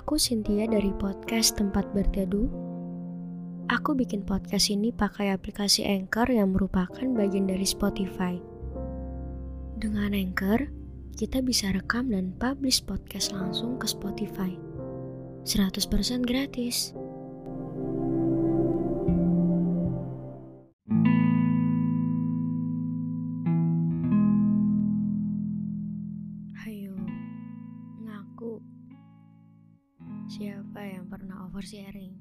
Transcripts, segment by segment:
Aku Cynthia dari podcast Tempat Berteduh. Aku bikin podcast ini pakai aplikasi Anchor yang merupakan bagian dari Spotify. Dengan Anchor, kita bisa rekam dan publish podcast langsung ke Spotify. 100% gratis. Hayo, ngaku. Siapa yang pernah oversharing?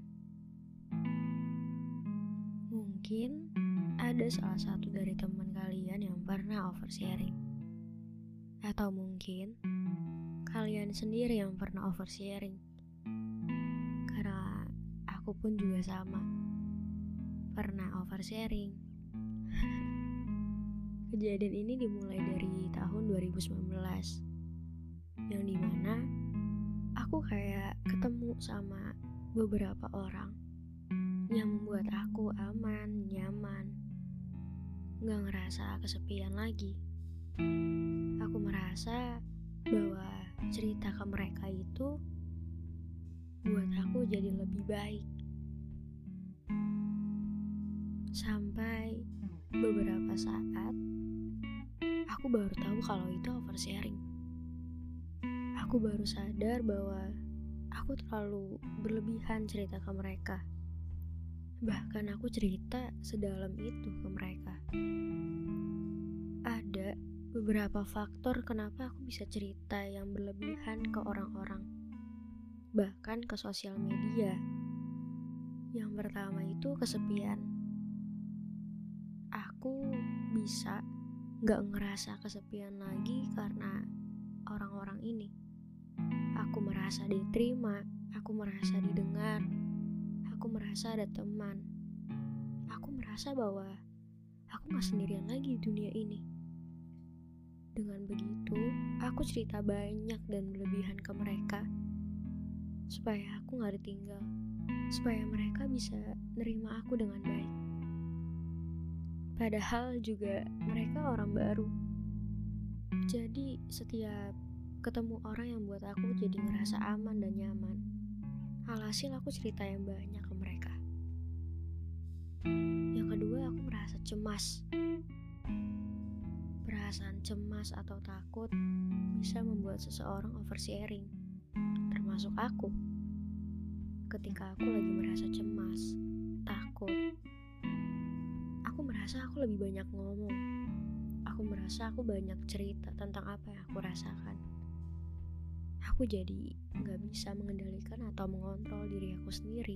Mungkin ada salah satu dari teman kalian yang pernah oversharing. Atau mungkin kalian sendiri yang pernah oversharing. Karena aku pun juga sama, pernah oversharing. Kejadian ini dimulai dari tahun 2019, yang dimana aku kayak ketemu sama beberapa orang yang membuat aku aman, nyaman, gak ngerasa kesepian lagi. Aku merasa bahwa cerita ke mereka itu buat aku jadi lebih baik. Sampai beberapa saat aku baru tahu kalau itu oversharing. Aku baru sadar bahwa aku terlalu berlebihan cerita ke mereka. Bahkan aku cerita sedalam itu ke mereka. Ada beberapa faktor kenapa aku bisa cerita yang berlebihan ke orang-orang, bahkan ke sosial media. Yang pertama itu kesepian. Aku bisa gak ngerasa kesepian lagi karena orang-orang ini. Aku merasa diterima, aku merasa didengar, aku merasa ada teman. Aku merasa bahwa aku gak sendirian lagi di dunia ini. Dengan begitu, aku cerita banyak dan berlebihan ke mereka supaya aku gak ditinggal, supaya mereka bisa nerima aku dengan baik. Padahal juga mereka orang baru. Jadi setiap ketemu orang yang buat aku jadi ngerasa aman dan nyaman. Alhasil aku cerita yang banyak ke mereka. Yang kedua, aku merasa cemas. Perasaan cemas atau takut bisa membuat seseorang oversharing, termasuk aku. Ketika aku lagi merasa cemas, takut, aku merasa aku lebih banyak ngomong. Aku merasa aku banyak cerita tentang apa yang aku rasakan. Aku jadi gak bisa mengendalikan atau mengontrol diri aku sendiri.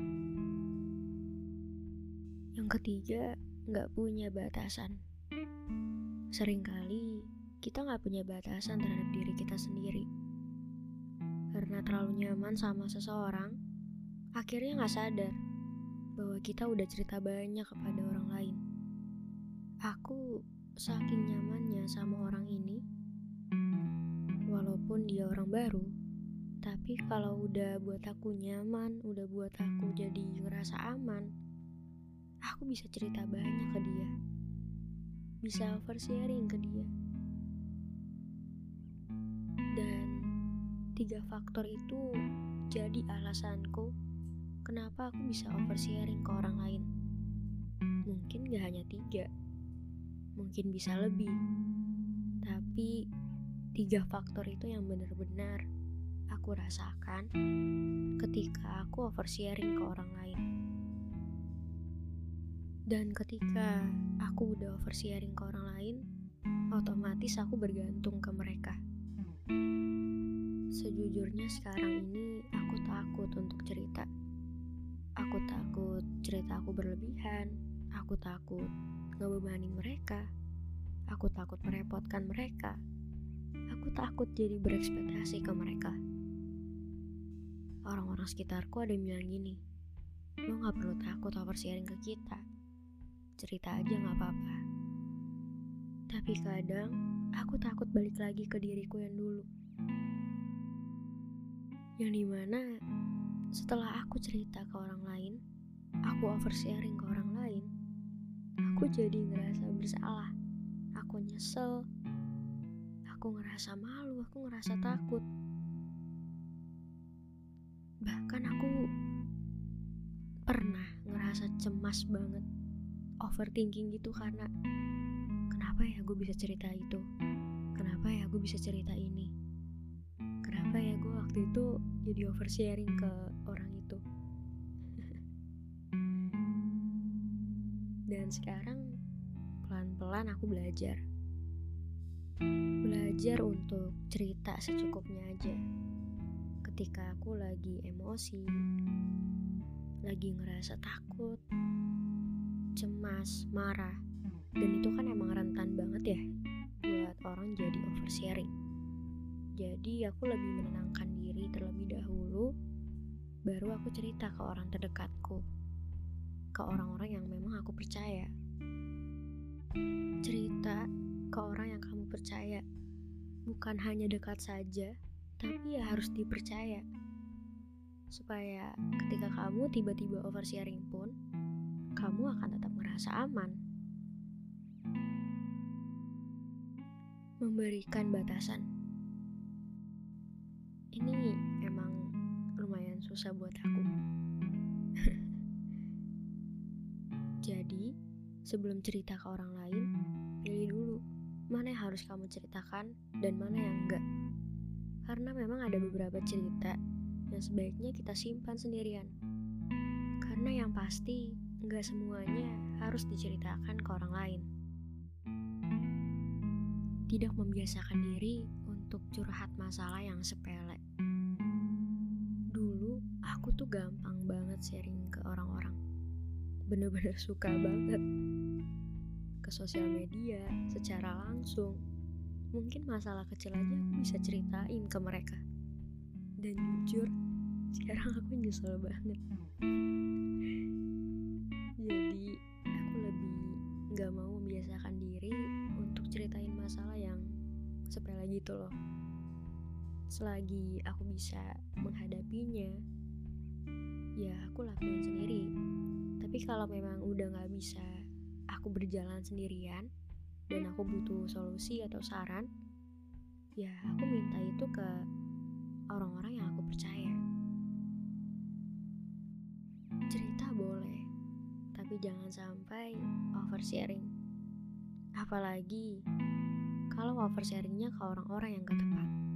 Yang ketiga, gak punya batasan. Seringkali kita gak punya batasan terhadap diri kita sendiri. Karena terlalu nyaman sama seseorang, akhirnya gak sadar bahwa kita udah cerita banyak kepada orang lain. Aku saking nyamannya sama orang ini, walaupun dia orang baru, tapi kalau udah buat aku nyaman, udah buat aku jadi ngerasa aman, aku bisa cerita banyak ke dia, bisa oversharing ke dia. Dan 3 faktor itu jadi alasanku kenapa aku bisa oversharing ke orang lain. Mungkin gak hanya 3, mungkin bisa lebih, tapi 3 faktor itu yang benar-benar aku rasakan ketika aku oversharing ke orang lain. Dan ketika aku udah oversharing ke orang lain, otomatis aku bergantung ke mereka. Sejujurnya sekarang ini aku takut untuk cerita. Aku takut cerita aku berlebihan. Aku takut ngebebanin mereka. Aku takut merepotkan mereka. Aku takut jadi berekspektasi ke mereka. Orang-orang sekitarku ada yang bilang gini, lo gak perlu takut oversharing ke kita, cerita aja gak apa-apa. Tapi kadang aku takut balik lagi ke diriku yang dulu, yang dimana setelah aku cerita ke orang lain, aku oversharing ke orang lain, aku jadi ngerasa bersalah. Aku nyesel, aku ngerasa malu, aku ngerasa takut. Bahkan aku pernah ngerasa cemas banget, overthinking gitu karena kenapa ya gue bisa cerita itu? Kenapa ya gue bisa cerita ini? Kenapa ya gue waktu itu jadi oversharing ke orang itu? Dan sekarang pelan-pelan aku belajar untuk cerita secukupnya aja. Ketika aku lagi emosi, lagi ngerasa takut, cemas, marah, dan itu kan emang rentan banget ya buat orang jadi oversharing. Jadi aku lebih menenangkan diri terlebih dahulu, baru aku cerita ke orang terdekatku, ke orang-orang yang memang aku percaya. Cerita ke orang yang kamu percaya, bukan hanya dekat saja, tapi ya harus dipercaya. Supaya ketika kamu tiba-tiba oversharing pun, kamu akan tetap merasa aman. Memberikan batasan. Ini emang lumayan susah buat aku. Jadi, sebelum cerita ke orang lain, pilih dulu mana yang harus kamu ceritakan dan mana yang enggak. Karena memang ada beberapa cerita yang sebaiknya kita simpan sendirian. Karena yang pasti, enggak semuanya harus diceritakan ke orang lain. Tidak membiasakan diri untuk curhat masalah yang sepele. Dulu, aku tuh gampang banget sharing ke orang-orang. Bener-bener suka banget. Ke sosial media, secara langsung. Mungkin masalah kecil aja aku bisa ceritain ke mereka. Dan jujur, sekarang aku nyesel banget. Jadi, aku lebih gak mau membiasakan diri untuk ceritain masalah yang sepele gitu loh. Selagi aku bisa menghadapinya, ya aku lakuin sendiri. Tapi kalau memang udah gak bisa aku berjalan sendirian dan aku butuh solusi atau saran, ya aku minta itu ke orang-orang yang aku percaya. Cerita boleh, tapi jangan sampai oversharing. Apalagi kalau oversharingnya ke orang-orang yang gak tepat.